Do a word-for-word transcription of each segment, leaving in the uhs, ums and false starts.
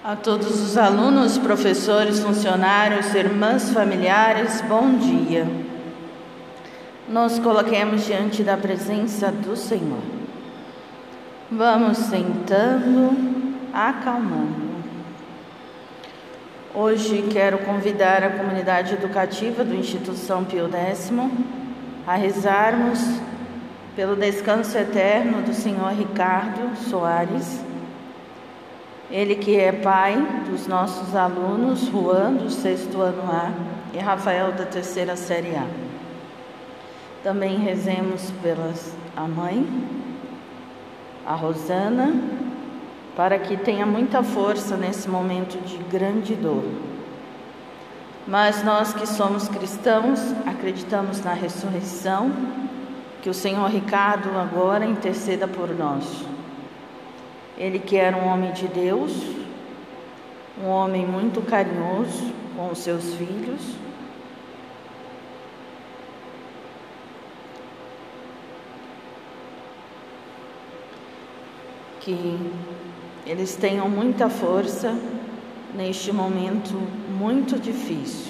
A todos os alunos, professores, funcionários, irmãs, familiares, bom dia. Nos coloquemos diante da presença do Senhor. Vamos sentando, acalmando. Hoje quero convidar a comunidade educativa do Instituto São Pio Décimo a rezarmos pelo descanso eterno do senhor Ricardo Soares, ele que é pai dos nossos alunos, Juan, do sexto ano A, e Rafael, da terceira série A. Também rezemos pela a mãe, a Rosana, para que tenha muita força nesse momento de grande dor. Mas nós que somos cristãos, acreditamos na ressurreição, que o senhor Ricardo agora interceda por nós. Ele que era um homem de Deus, um homem muito carinhoso com os seus filhos, que eles tenham muita força neste momento muito difícil.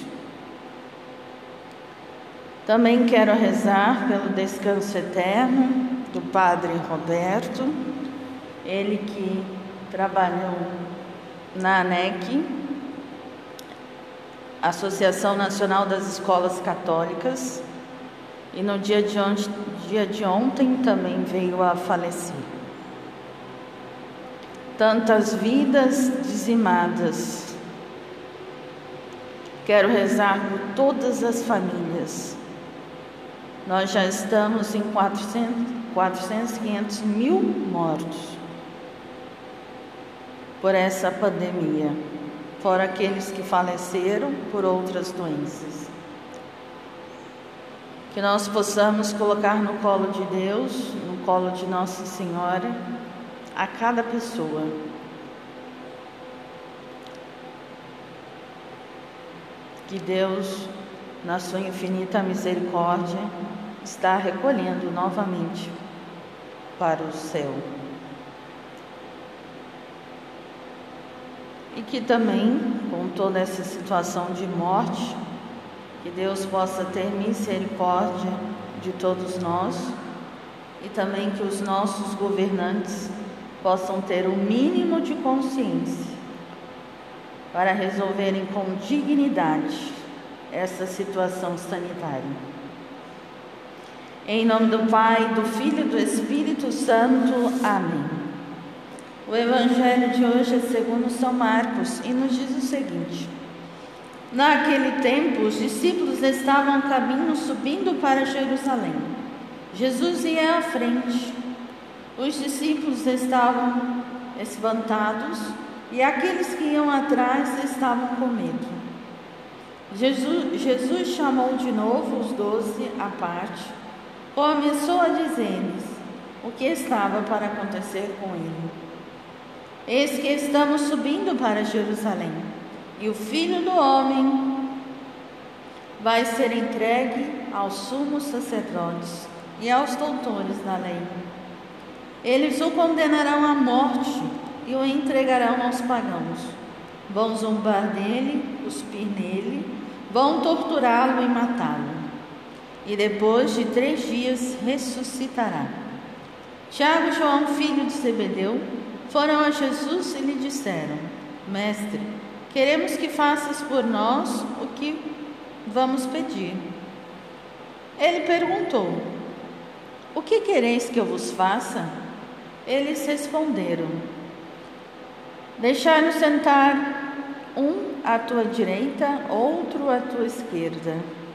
Também quero rezar pelo descanso eterno do Padre Roberto, ele que trabalhou na ANEC, Associação Nacional das Escolas Católicas, e no dia de ontem, dia de ontem também veio a falecer. Tantas vidas dizimadas. Quero rezar por todas as famílias. Nós já estamos em quatrocentos, quinhentos mil mortos por essa pandemia, fora aqueles que faleceram por outras doenças. Que nós possamos colocar no colo de Deus, no colo de Nossa Senhora, a cada pessoa. Que Deus, na sua infinita misericórdia, está recolhendo novamente para o céu. E que também, com toda essa situação de morte, que Deus possa ter misericórdia de todos nós e também que os nossos governantes possam ter o mínimo de consciência para resolverem com dignidade essa situação sanitária. Em nome do Pai, do Filho e do Espírito Santo. Amém. O Evangelho de hoje é segundo São Marcos e nos diz o seguinte: naquele tempo, os discípulos estavam a caminho subindo para Jerusalém. Jesus ia à frente. Os discípulos estavam espantados e aqueles que iam atrás estavam com medo. Jesus, Jesus chamou de novo os doze à parte, começou a dizer-lhes o que estava para acontecer com ele. Eis que estamos subindo para Jerusalém, e o Filho do Homem vai ser entregue aos sumos sacerdotes e aos doutores da lei. Eles o condenarão à morte e o entregarão aos pagãos. Vão zombar dele, cuspir nele, vão torturá-lo e matá-lo. E depois de três dias ressuscitará. Tiago e João, filho de Zebedeu, foram a Jesus e lhe disseram: Mestre, queremos que faças por nós o que vamos pedir. Ele perguntou: O que quereis que eu vos faça? Eles responderam: Deixai-nos sentar um à tua direita, outro à tua esquerda.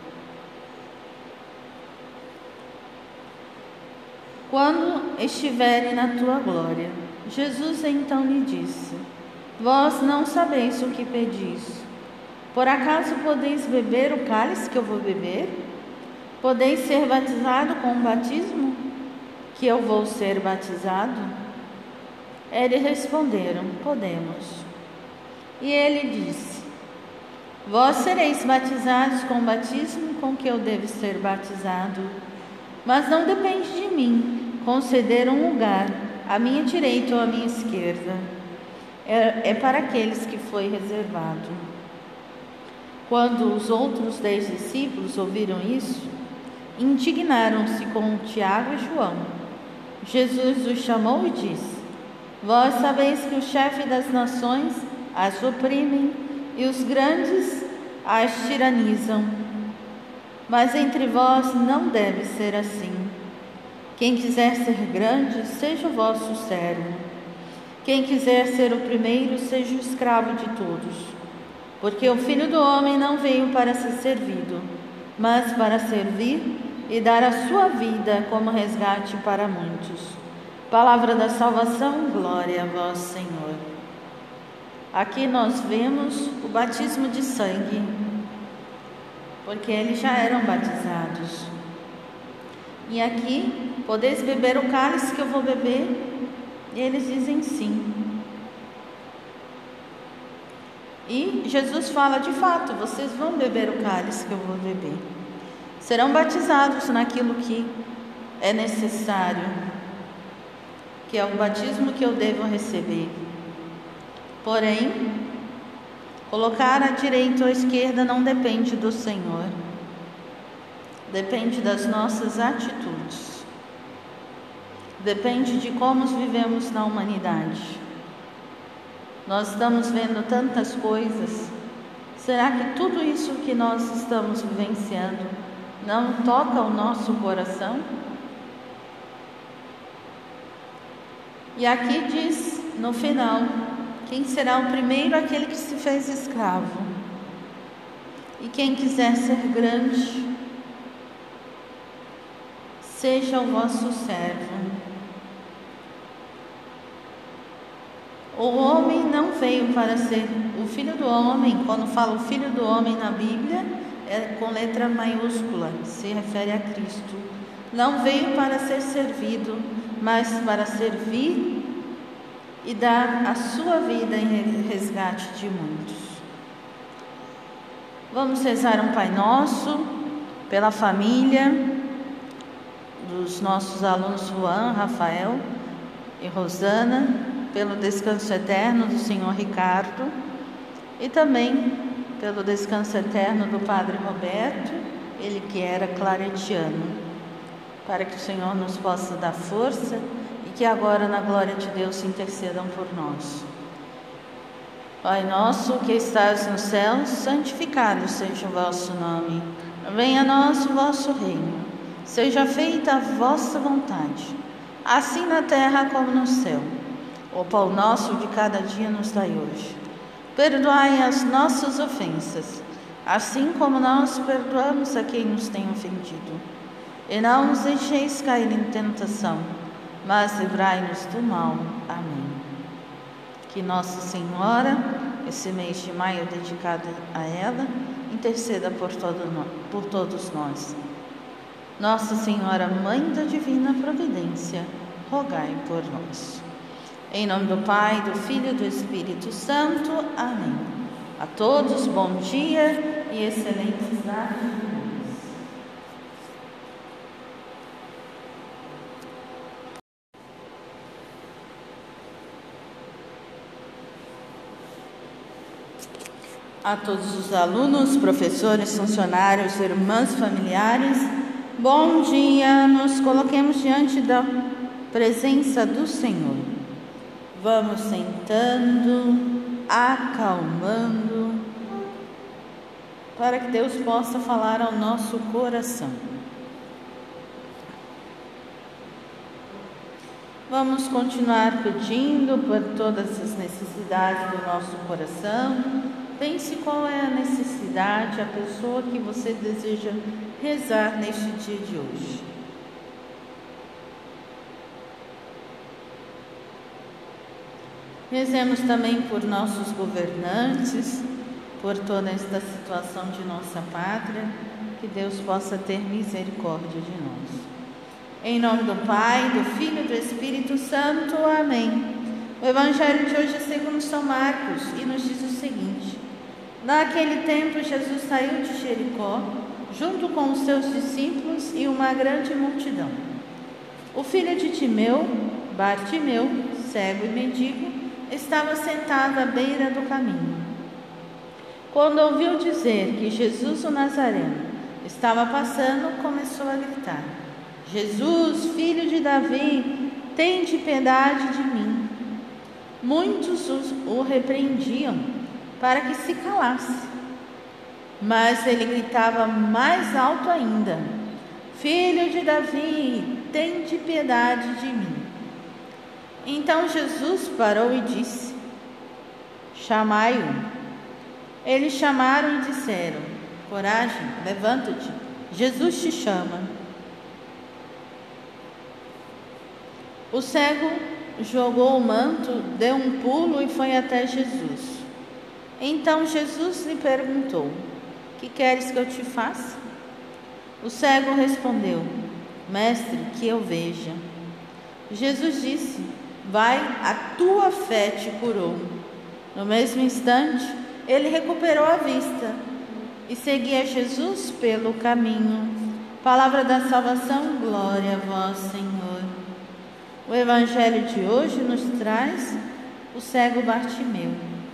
Quando estiverem na tua glória. Jesus então lhe disse: Vós não sabeis o que pedis. Por acaso podeis beber o cálice que eu vou beber? Podeis ser batizado com o batismo que eu vou ser batizado? Eles responderam: Podemos. E ele disse: Vós sereis batizados com o batismo com que eu devo ser batizado, mas não depende de mim conceder um lugar à minha direita ou à minha esquerda. é, é para aqueles que foi reservado. Quando os outros dez discípulos ouviram isso, indignaram-se com Tiago e João. Jesus os chamou e disse: Vós sabeis que o chefe das nações as oprimem e os grandes as tiranizam. Mas entre vós não deve ser assim. Quem quiser ser grande, seja o vosso servo. Quem quiser ser o primeiro, seja o escravo de todos. Porque o Filho do Homem não veio para ser servido, mas para servir e dar a sua vida como resgate para muitos. Palavra da salvação, glória a vós, Senhor. Aqui nós vemos o batismo de sangue, porque eles já eram batizados. E aqui, podeis beber o cálice que eu vou beber? E eles dizem sim. E Jesus fala, de fato, vocês vão beber o cálice que eu vou beber. Serão batizados naquilo que é necessário, que é o batismo que eu devo receber. Porém, colocar à direita ou à esquerda não depende do Senhor. Depende das nossas atitudes. Depende de como vivemos na humanidade. Nós estamos vendo tantas coisas. Será que tudo isso que nós estamos vivenciando não toca o nosso coração? E aqui diz no final: quem será o primeiro? Aquele que se fez escravo. E quem quiser ser grande, seja o vosso servo. O homem não veio para ser o Filho do Homem. Quando fala o Filho do Homem na Bíblia, é com letra maiúscula, se refere a Cristo. Não veio para ser servido, mas para servir e dar a sua vida em resgate de muitos. Vamos rezar um Pai Nosso pela família dos nossos alunos Juan, Rafael e Rosana, pelo descanso eterno do Senhor Ricardo e também pelo descanso eterno do Padre Roberto, ele que era claretiano, para que o Senhor nos possa dar força e que agora na glória de Deus intercedam por nós. Pai nosso que estás no céu, santificado seja o vosso nome. Venha a nós o vosso reino. Seja feita a vossa vontade, assim na terra como no céu. O pão nosso de cada dia nos dai hoje. Perdoai as nossas ofensas, assim como nós perdoamos a quem nos tem ofendido. E não nos deixeis cair em tentação, mas livrai-nos do mal. Amém. Que Nossa Senhora, esse mês de maio dedicado a ela, interceda por, todo, por todos nós. Nossa Senhora, Mãe da Divina Providência, rogai por nós. Em nome do Pai, do Filho e do Espírito Santo. Amém. A todos, bom dia e excelentes dados. A todos os alunos, professores, funcionários, irmãs, familiares, bom dia. Nos coloquemos diante da presença do Senhor. Vamos sentando, acalmando, para que Deus possa falar ao nosso coração. Vamos continuar pedindo por todas as necessidades do nosso coração. Pense qual é a necessidade, a pessoa que você deseja rezar neste dia de hoje. Rezemos também por nossos governantes, por toda esta situação de nossa pátria, que Deus possa ter misericórdia de nós. Em nome do Pai, do Filho e do Espírito Santo. Amém. O Evangelho de hoje é segundo São Marcos e nos diz o seguinte: naquele tempo Jesus saiu de Jericó, junto com os seus discípulos e uma grande multidão. O filho de Timeu, Bartimeu, cego e mendigo, estava sentado à beira do caminho. Quando ouviu dizer que Jesus o Nazareno estava passando, começou a gritar: Jesus, filho de Davi, tende piedade de mim. Muitos o repreendiam para que se calasse, mas ele gritava mais alto ainda: Filho de Davi, tende piedade de mim. Então Jesus parou e disse: Chamai-o. Eles chamaram e disseram: Coragem, levanta-te, Jesus te chama. O cego jogou o manto, deu um pulo e foi até Jesus. Então Jesus lhe perguntou: Que queres que eu te faça? O cego respondeu: Mestre, que eu veja. Jesus disse: Vai, a tua fé te curou. No mesmo instante, ele recuperou a vista e seguia Jesus pelo caminho. Palavra da salvação, glória a vós, Senhor. O evangelho de hoje nos traz o cego Bartimeu.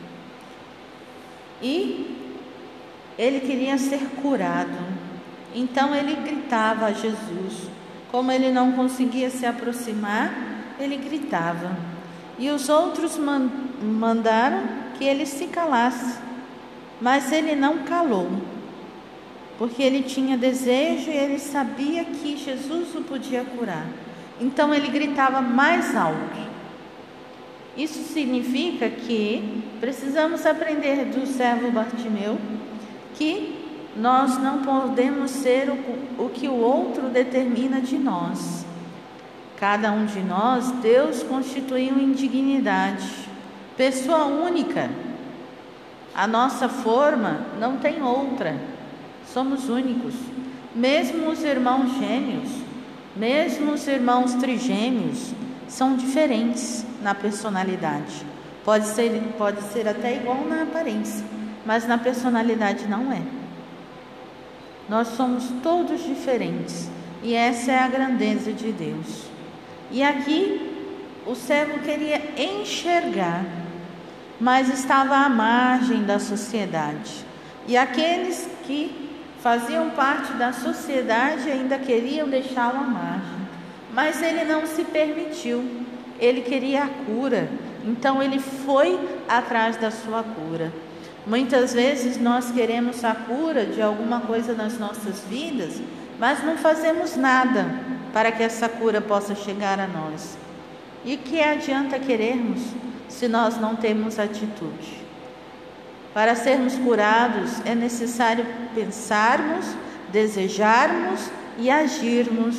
E ele queria ser curado. Então ele gritava a Jesus. Como ele não conseguia se aproximar, ele gritava. E os outros mandaram que ele se calasse. Mas ele não calou, porque ele tinha desejo e ele sabia que Jesus o podia curar. Então ele gritava mais alto. Isso significa que precisamos aprender do servo Bartimeu que nós não podemos ser o, o que o outro determina de nós. Cada um de nós, Deus constituiu em dignidade, pessoa única. A nossa forma não tem outra, somos únicos. Mesmo os irmãos gêmeos, mesmo os irmãos trigêmeos, são diferentes na personalidade. Pode ser, pode ser até igual na aparência, mas na personalidade não é. Nós somos todos diferentes e essa é a grandeza de Deus. E aqui o cego queria enxergar, mas estava à margem da sociedade. E aqueles que faziam parte da sociedade ainda queriam deixá-lo à margem. Mas ele não se permitiu, ele queria a cura, então ele foi atrás da sua cura. Muitas vezes nós queremos a cura de alguma coisa nas nossas vidas, mas não fazemos nada para que essa cura possa chegar a nós. E que adianta querermos se nós não temos atitude? Para sermos curados é necessário pensarmos, desejarmos e agirmos.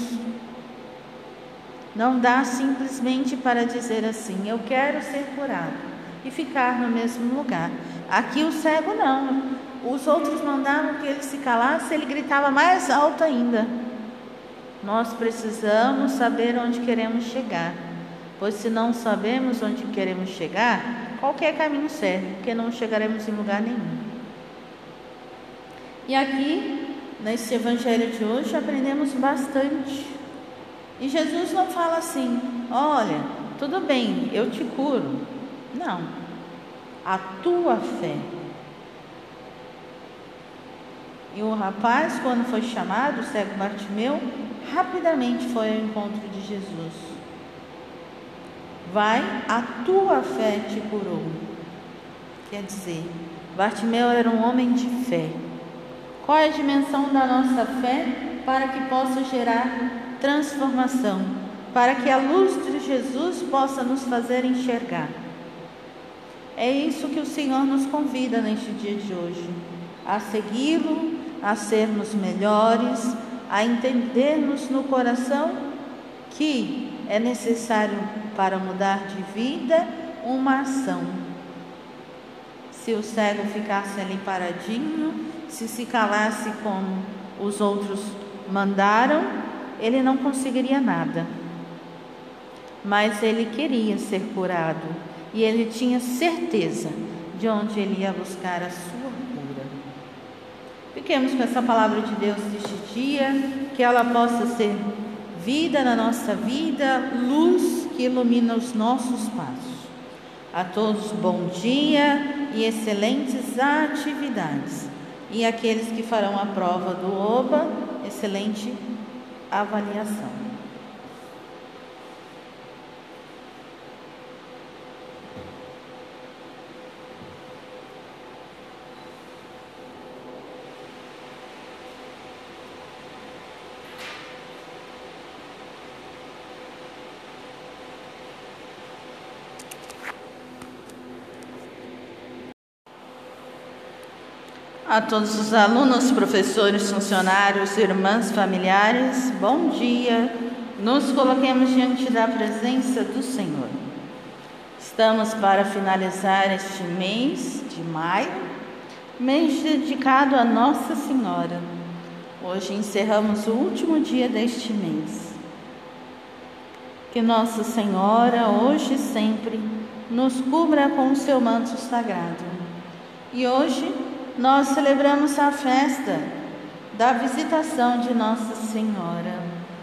Não dá simplesmente para dizer assim: eu quero ser curado e ficar no mesmo lugar. Aqui o cego não. Os outros mandavam que ele se calasse, ele gritava mais alto ainda. Nós precisamos saber onde queremos chegar, pois se não sabemos onde queremos chegar, qualquer caminho serve, porque não chegaremos em lugar nenhum. E aqui, nesse evangelho de hoje, aprendemos bastante. E Jesus não fala assim: olha, tudo bem, eu te curo. Não, a tua fé. E o rapaz, quando foi chamado, o cego Bartimeu, rapidamente foi ao encontro de Jesus. Vai, a tua fé te curou. Quer dizer, Bartimeu era um homem de fé. Qual é a dimensão da nossa fé para que possa gerar transformação, para que a luz de Jesus possa nos fazer enxergar? É isso que o Senhor nos convida neste dia de hoje, a segui-lo, a sermos melhores, a entendermos no coração que é necessário para mudar de vida uma ação. Se o cego ficasse ali paradinho, se se calasse como os outros mandaram, ele não conseguiria nada. Mas ele queria ser curado e ele tinha certeza de onde ele ia buscar a sua cura. Fiquemos com essa palavra de Deus neste dia, que ela possa ser vida na nossa vida, luz que ilumina os nossos passos. A todos, bom dia e excelentes atividades. E aqueles que farão a prova do O B A, excelente avaliação. A todos os alunos, professores, funcionários, irmãs, familiares, bom dia. Nos coloquemos diante da presença do Senhor. Estamos para finalizar este mês de maio, mês dedicado a Nossa Senhora. Hoje encerramos o último dia deste mês. Que Nossa Senhora, hoje e sempre, nos cubra com o seu manto sagrado. E hoje nós celebramos a festa da visitação de Nossa Senhora.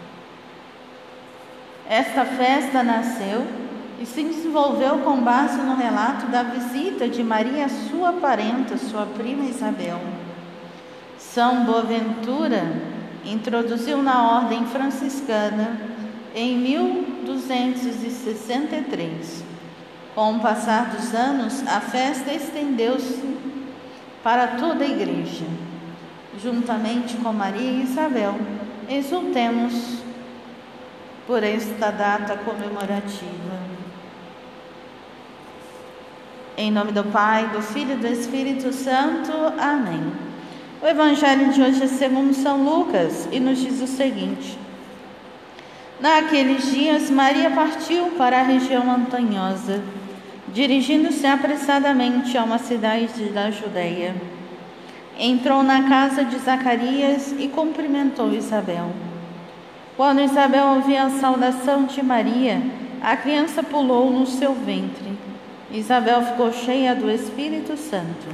Esta festa nasceu e se desenvolveu com base no relato da visita de Maria, sua parenta, sua prima Isabel. São Boaventura introduziu na ordem franciscana em mil duzentos e sessenta e três. Com o passar dos anos, a festa estendeu-se para toda a igreja. Juntamente com Maria e Isabel, exultemos por esta data comemorativa. Em nome do Pai, do Filho e do Espírito Santo. Amém. O Evangelho de hoje é segundo São Lucas e nos diz o seguinte: naqueles dias, Maria partiu para a região montanhosa, dirigindo-se apressadamente a uma cidade da Judeia. Entrou na casa de Zacarias e cumprimentou Isabel. Quando Isabel ouviu a saudação de Maria, a criança pulou no seu ventre. Isabel ficou cheia do Espírito Santo.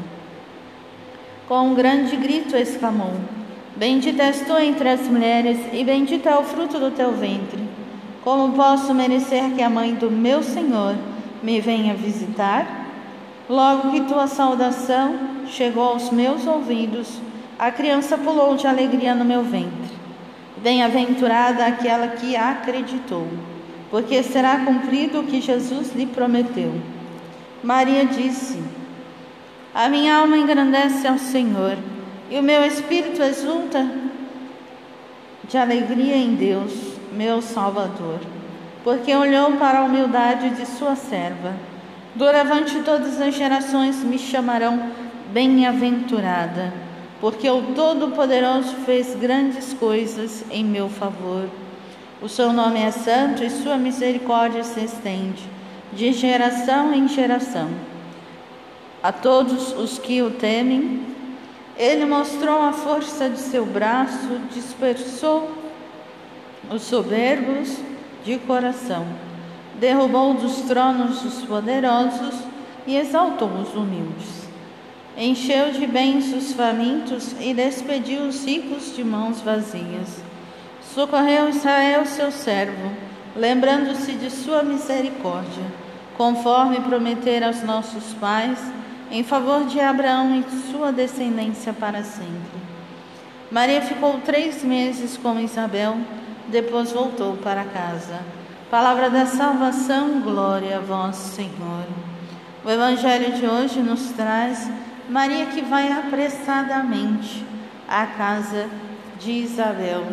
Com um grande grito exclamou: bendita és tu entre as mulheres e bendito é o fruto do teu ventre. Como posso merecer que a mãe do meu Senhor me venha visitar? Logo que tua saudação chegou aos meus ouvidos, a criança pulou de alegria no meu ventre. Bem-aventurada aquela que acreditou, porque será cumprido o que Jesus lhe prometeu. Maria disse: a minha alma engrandece ao Senhor, e o meu espírito exulta de alegria em Deus, meu Salvador, porque olhou para a humildade de sua serva. Doravante todas as gerações me chamarão bem-aventurada, porque o Todo-Poderoso fez grandes coisas em meu favor. O seu nome é santo e sua misericórdia se estende de geração em geração. A todos os que o temem, ele mostrou a força de seu braço, dispersou os soberbos de coração, derrubou dos tronos os poderosos e exaltou os humildes. Encheu de bens os famintos e despediu os ricos de mãos vazias. Socorreu Israel, seu servo, lembrando-se de sua misericórdia, conforme prometera aos nossos pais, em favor de Abraão e sua descendência para sempre. Maria ficou três meses com Isabel, depois voltou para casa. Palavra da salvação, glória a vós, Senhor. O Evangelho de hoje nos traz Maria que vai apressadamente à casa de Isabel.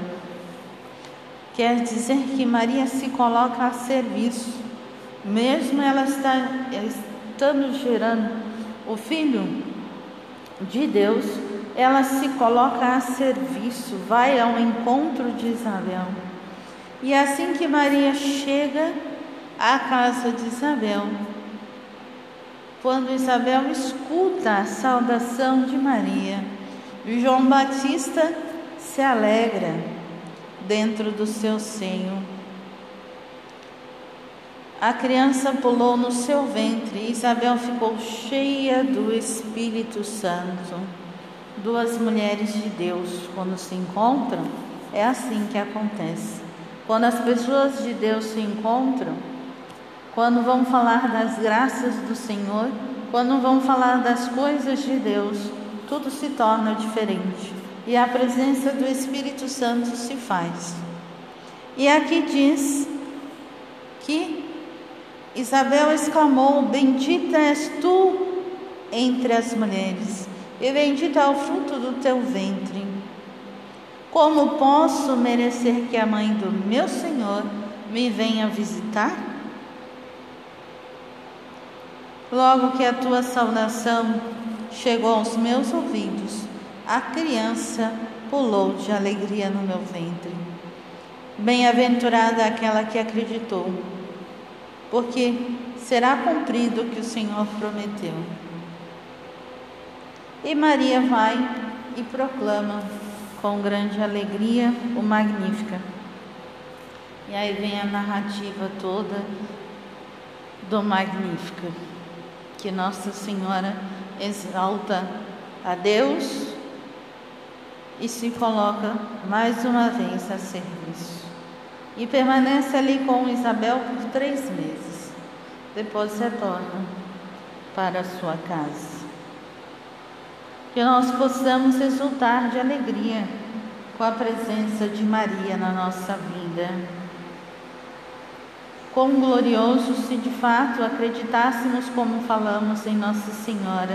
Quer dizer que Maria se coloca a serviço, mesmo ela está, estando gerando o Filho de Deus, ela se coloca a serviço, vai ao encontro de Isabel. E assim que Maria chega à casa de Isabel, quando Isabel escuta a saudação de Maria, João Batista se alegra dentro do seu seio. A criança pulou no seu ventre e Isabel ficou cheia do Espírito Santo. Duas mulheres de Deus, quando se encontram, é assim que acontece. Quando as pessoas de Deus se encontram, quando vão falar das graças do Senhor, quando vão falar das coisas de Deus, tudo se torna diferente e a presença do Espírito Santo se faz. E aqui diz que Isabel exclamou: bendita és tu entre as mulheres, e bendito é o fruto do teu ventre. Como posso merecer que a mãe do meu Senhor me venha visitar? Logo que a tua saudação chegou aos meus ouvidos, a criança pulou de alegria no meu ventre. Bem-aventurada aquela que acreditou, porque será cumprido o que o Senhor prometeu. E Maria vai e proclama com grande alegria o Magnífica. E aí vem a narrativa toda do Magnífica, que Nossa Senhora exalta a Deus e se coloca mais uma vez a serviço. E permanece ali com Isabel por três meses. Depois retorna para a sua casa. Que nós possamos exultar de alegria com a presença de Maria na nossa vida. Quão glorioso se de fato acreditássemos como falamos em Nossa Senhora,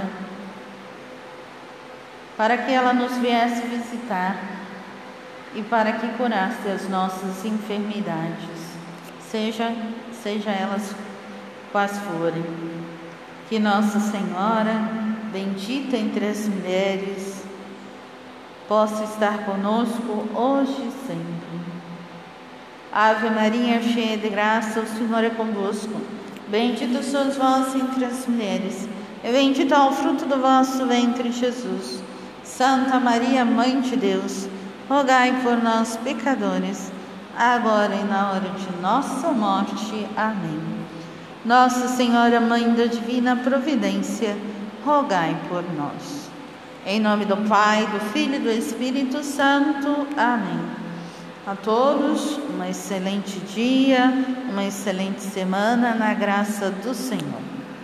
para que ela nos viesse visitar e para que curasse as nossas enfermidades, seja, seja elas quais forem. Que Nossa Senhora, bendita entre as mulheres, possa estar conosco hoje e sempre. Ave Maria, cheia de graça, o Senhor é convosco. Bendita sois vós entre as mulheres, e bendito é o fruto do vosso ventre, Jesus. Santa Maria, Mãe de Deus, rogai por nós, pecadores, agora e na hora de nossa morte. Amém. Nossa Senhora, Mãe da Divina Providência, rogai por nós. Em nome do Pai, do Filho e do Espírito Santo. Amém. A todos, um excelente dia, uma excelente semana na graça do Senhor.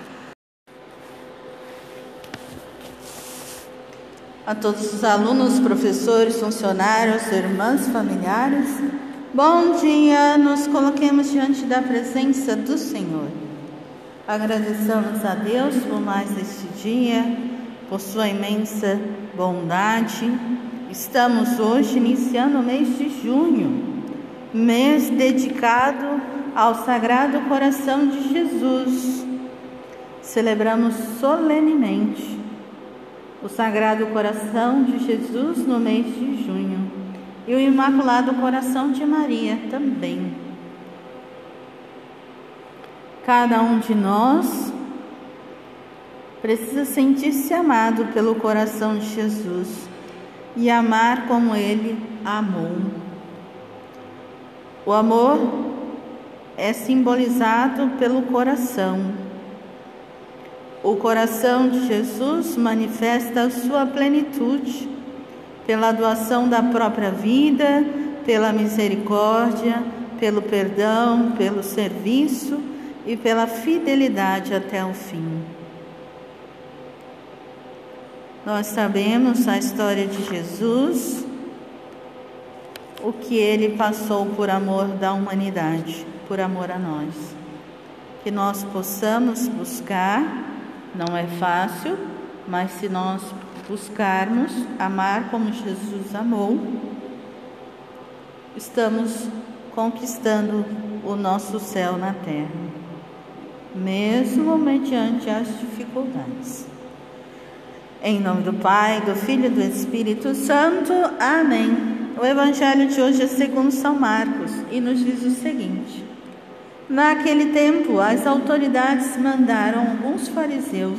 A todos os alunos, professores, funcionários, irmãs, familiares, bom dia, nos coloquemos diante da presença do Senhor. Agradeçamos a Deus por mais este dia, por sua imensa bondade. Estamos hoje iniciando o mês de junho, mês dedicado ao Sagrado Coração de Jesus. Celebramos solenemente o Sagrado Coração de Jesus no mês de junho e o Imaculado Coração de Maria também. Cada um de nós precisa sentir-se amado pelo coração de Jesus e amar como Ele amou. O amor é simbolizado pelo coração. O coração de Jesus manifesta a sua plenitude pela doação da própria vida, pela misericórdia, pelo perdão, pelo serviço e pela fidelidade até o fim. Nós sabemos a história de Jesus, o que Ele passou por amor da humanidade, por amor a nós. Que nós possamos buscar, não é fácil, mas se nós buscarmos amar como Jesus amou, estamos conquistando o nosso céu na terra, mesmo mediante as dificuldades. Em nome do Pai, do Filho e do Espírito Santo. Amém. O Evangelho de hoje é segundo São Marcos e nos diz o seguinte: naquele tempo, as autoridades mandaram alguns fariseus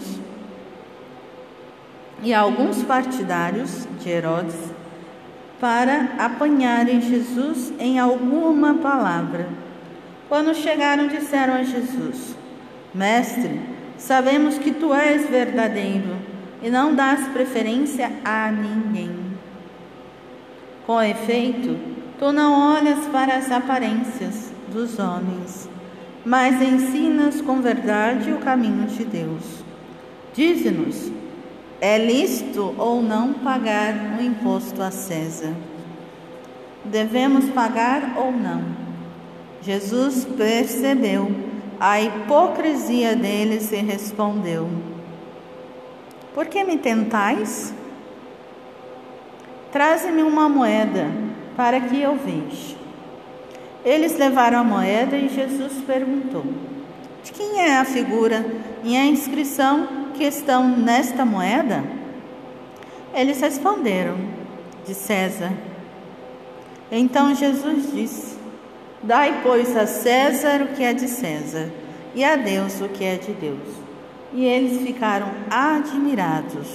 e alguns partidários de Herodes para apanharem Jesus em alguma palavra. Quando chegaram, disseram a Jesus: Mestre, sabemos que tu és verdadeiro e não dás preferência a ninguém. Com efeito, tu não olhas para as aparências dos homens, mas ensina-nos com verdade o caminho de Deus. Dize-nos, é lícito ou não pagar o imposto a César? Devemos pagar ou não? Jesus percebeu a hipocrisia deles e respondeu, por que me tentais? Traze-me uma moeda para que eu veja. Eles levaram a moeda e Jesus perguntou, de quem é a figura e a inscrição que estão nesta moeda? Eles responderam, de César. Então Jesus disse, dai, pois, a César o que é de César, e a Deus o que é de Deus. E eles ficaram admirados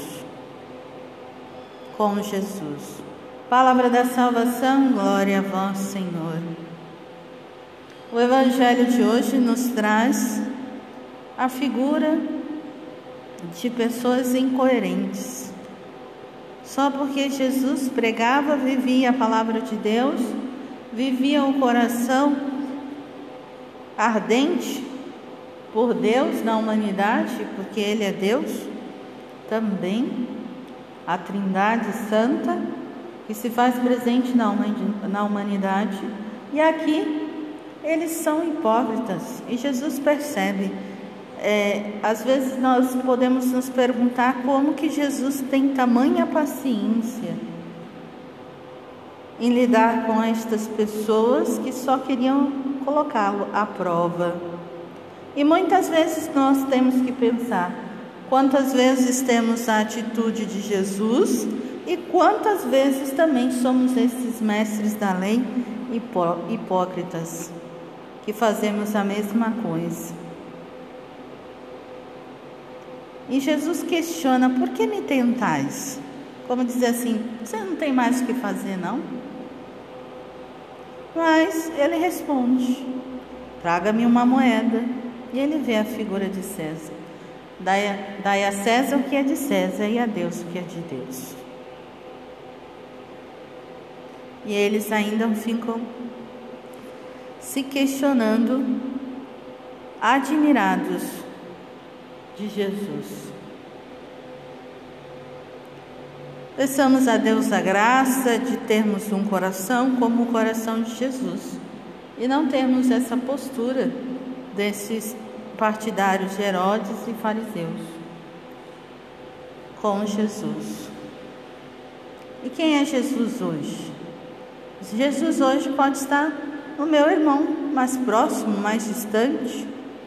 com Jesus. Palavra da salvação, glória a vós, Senhor. O Evangelho de hoje nos traz a figura de pessoas incoerentes. Só porque Jesus pregava, vivia a palavra de Deus, vivia o coração ardente por Deus na humanidade, porque Ele é Deus, também a Trindade Santa, que se faz presente na humanidade, e aqui eles são hipócritas, e Jesus percebe. É, às vezes nós podemos nos perguntar como que Jesus tem tamanha paciência em lidar com estas pessoas que só queriam colocá-lo à prova. E muitas vezes nós temos que pensar quantas vezes temos a atitude de Jesus e quantas vezes também somos esses mestres da lei hipó hipócritas, que fazemos a mesma coisa. E Jesus questiona, por que me tentais? Como dizer assim, você não tem mais o que fazer, não? Mas ele responde, traga-me uma moeda. E ele vê a figura de César. Dai, dai a César o que é de César e a Deus o que é de Deus. E eles ainda ficam se questionando, admirados de Jesus. Peçamos a Deus a graça de termos um coração como o coração de Jesus e não termos essa postura desses partidários de Herodes e fariseus com Jesus. E quem é Jesus hoje? Jesus hoje pode estar no meu irmão mais próximo, mais distante.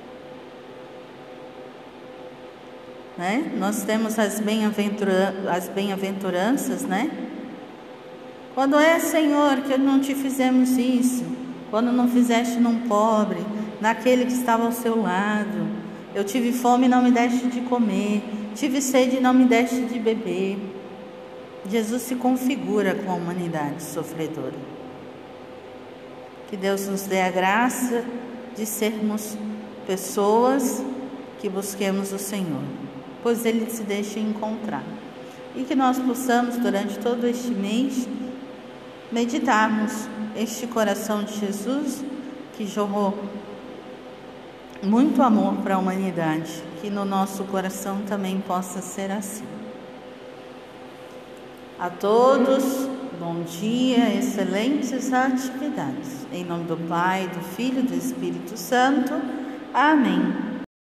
Né? Nós temos as, bem-aventura, as bem-aventuranças, né? Quando é, Senhor, que não te fizemos isso, quando não fizeste num pobre, naquele que estava ao seu lado, eu tive fome e não me deste de comer, tive sede e não me deste de beber. Jesus se configura com a humanidade sofredora. Que Deus nos dê a graça de sermos pessoas que busquemos o Senhor, pois Ele se deixa encontrar. E que nós possamos, durante todo este mês, meditarmos este coração de Jesus, que jorrou muito amor para a humanidade, que no nosso coração também possa ser assim. A todos, bom dia, excelentes atividades. Em nome do Pai, do Filho e do Espírito Santo. Amém.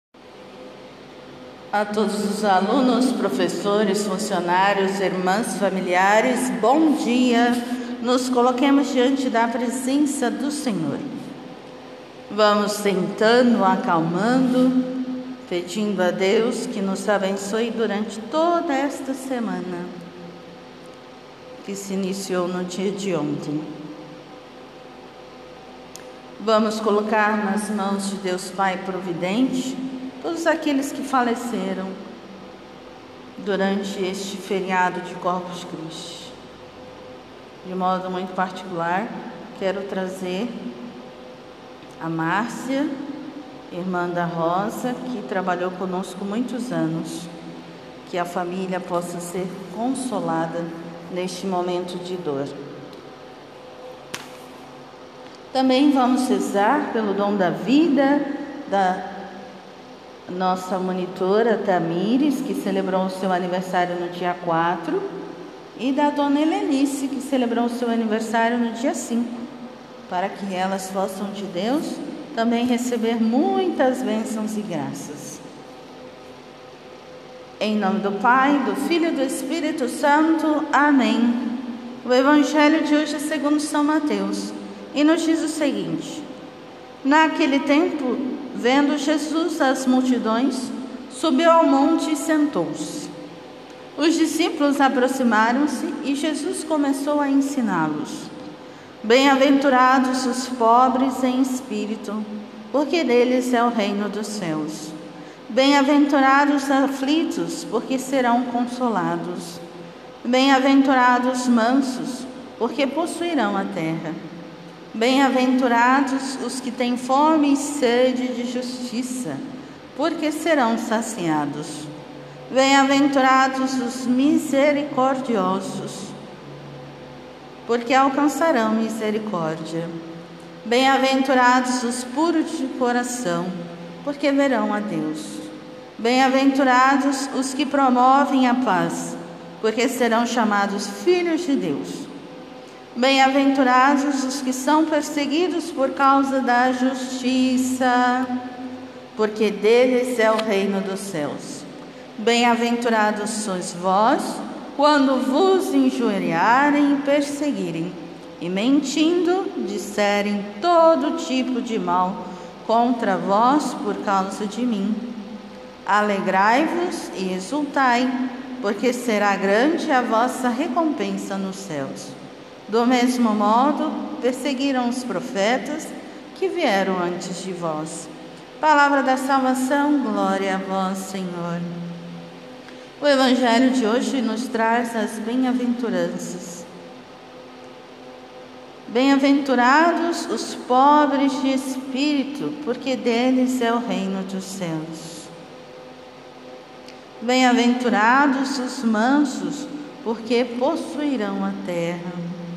A todos os alunos, professores, funcionários, irmãs, familiares, bom dia. Nos coloquemos diante da presença do Senhor. Vamos sentando, acalmando, pedindo a Deus que nos abençoe durante toda esta semana que se iniciou no dia de ontem. Vamos colocar nas mãos de Deus Pai Providente todos aqueles que faleceram durante este feriado de Corpus Christi. De modo muito particular, quero trazer a Márcia, irmã da Rosa, que trabalhou conosco muitos anos. Que a família possa ser consolada neste momento de dor. Também vamos rezar pelo dom da vida da nossa monitora Tamires, que celebrou o seu aniversário no dia quatro, e da dona Helenice, que celebrou o seu aniversário no dia cinco, para que elas possam de Deus também receber muitas bênçãos e graças. Em nome do Pai, do Filho e do Espírito Santo. Amém. O Evangelho de hoje é segundo São Mateus, e nos diz o seguinte: naquele tempo, vendo Jesus as multidões, subiu ao monte e sentou-se. Os discípulos aproximaram-se e Jesus começou a ensiná-los. Bem-aventurados os pobres em espírito, porque deles é o reino dos céus. Bem-aventurados os aflitos, porque serão consolados. Bem-aventurados os mansos, porque possuirão a terra. Bem-aventurados os que têm fome e sede de justiça, porque serão saciados. Bem-aventurados os misericordiosos, porque alcançarão misericórdia. Bem-aventurados os puros de coração, porque verão a Deus. Bem-aventurados os que promovem a paz, porque serão chamados filhos de Deus. Bem-aventurados os que são perseguidos por causa da justiça, porque deles é o reino dos céus. Bem-aventurados sois vós, quando vos injuriarem e perseguirem, e mentindo, disserem todo tipo de mal contra vós por causa de mim. Alegrai-vos e exultai, porque será grande a vossa recompensa nos céus. Do mesmo modo, perseguiram os profetas que vieram antes de vós. Palavra da salvação, glória a vós, Senhor. O Evangelho de hoje nos traz as bem-aventuranças. Bem-aventurados os pobres de espírito, porque deles é o reino dos céus. Bem-aventurados os mansos, porque possuirão a terra.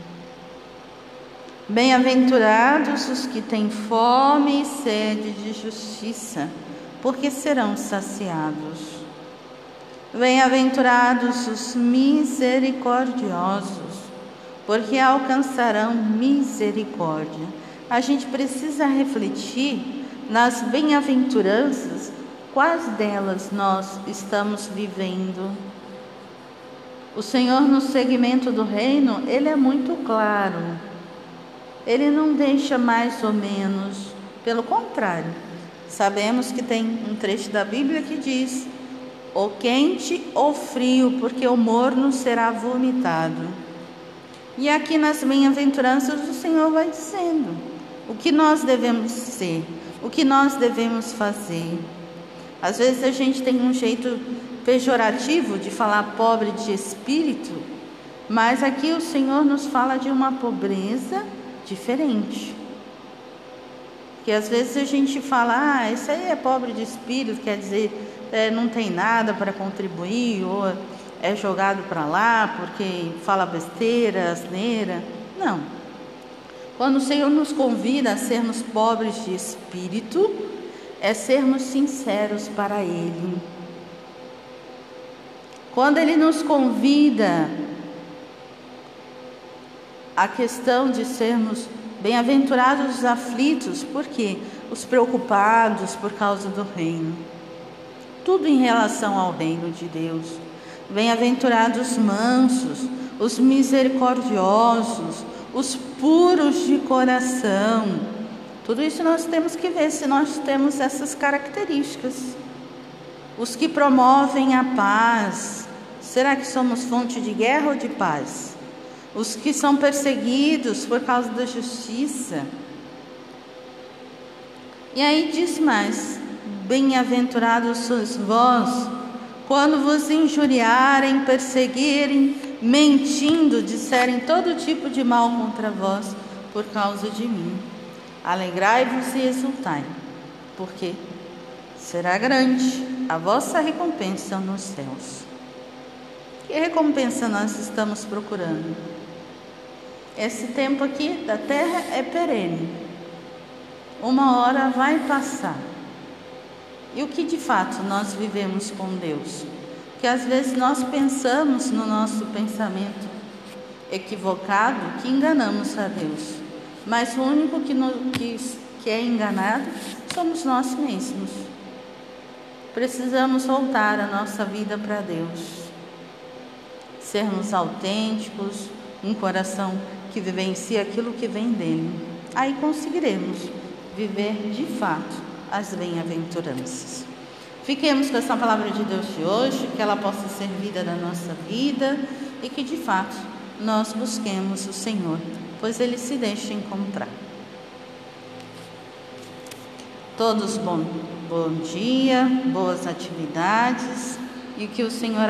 Bem-aventurados os que têm fome e sede de justiça, porque serão saciados. Bem-aventurados os misericordiosos, porque alcançarão misericórdia. A gente precisa refletir nas bem-aventuranças, quais delas nós estamos vivendo. O Senhor, no segmento do reino, Ele é muito claro. Ele não deixa mais ou menos, pelo contrário. Sabemos que tem um trecho da Bíblia que diz: ou quente ou frio, porque o morno será vomitado. E aqui nas bem-aventuranças o Senhor vai dizendo o que nós devemos ser, o que nós devemos fazer. Às vezes a gente tem um jeito pejorativo de falar pobre de espírito, mas aqui o Senhor nos fala de uma pobreza diferente. Porque às vezes a gente fala, ah, isso aí é pobre de espírito, quer dizer, é, não tem nada para contribuir, ou é jogado para lá porque fala besteira, asneira. Não. Quando o Senhor nos convida a sermos pobres de espírito, é sermos sinceros para Ele. Quando Ele nos convida a questão de sermos bem-aventurados os aflitos, porque os preocupados por causa do reino, tudo em relação ao reino de Deus. Bem-aventurados os mansos, os misericordiosos, os puros de coração. Tudo isso nós temos que ver se nós temos essas características. Os que promovem a paz. Será que somos fonte de guerra ou de paz? Os que são perseguidos por causa da justiça. E aí diz mais: bem-aventurados sois vós, quando vos injuriarem, perseguirem, mentindo, disserem todo tipo de mal contra vós por causa de mim. Alegrai-vos e exultai, porque será grande a vossa recompensa nos céus. Que recompensa nós estamos procurando? Esse tempo aqui da terra é perene. Uma hora vai passar. e o que de fato nós vivemos com Deus. Que às vezes nós pensamos no nosso pensamento equivocado que enganamos a Deus, mas o único que, no, que, que é enganado somos nós mesmos. Precisamos voltar a nossa vida para Deus, sermos autênticos, um coração que vivencia aquilo que vem dele. Aí conseguiremos viver de fato as bem-aventuranças. Fiquemos com essa palavra de Deus de hoje, que ela possa ser vida da nossa vida e que de fato nós busquemos o Senhor, pois Ele se deixa encontrar. Todos bom, bom dia, boas atividades e que o Senhor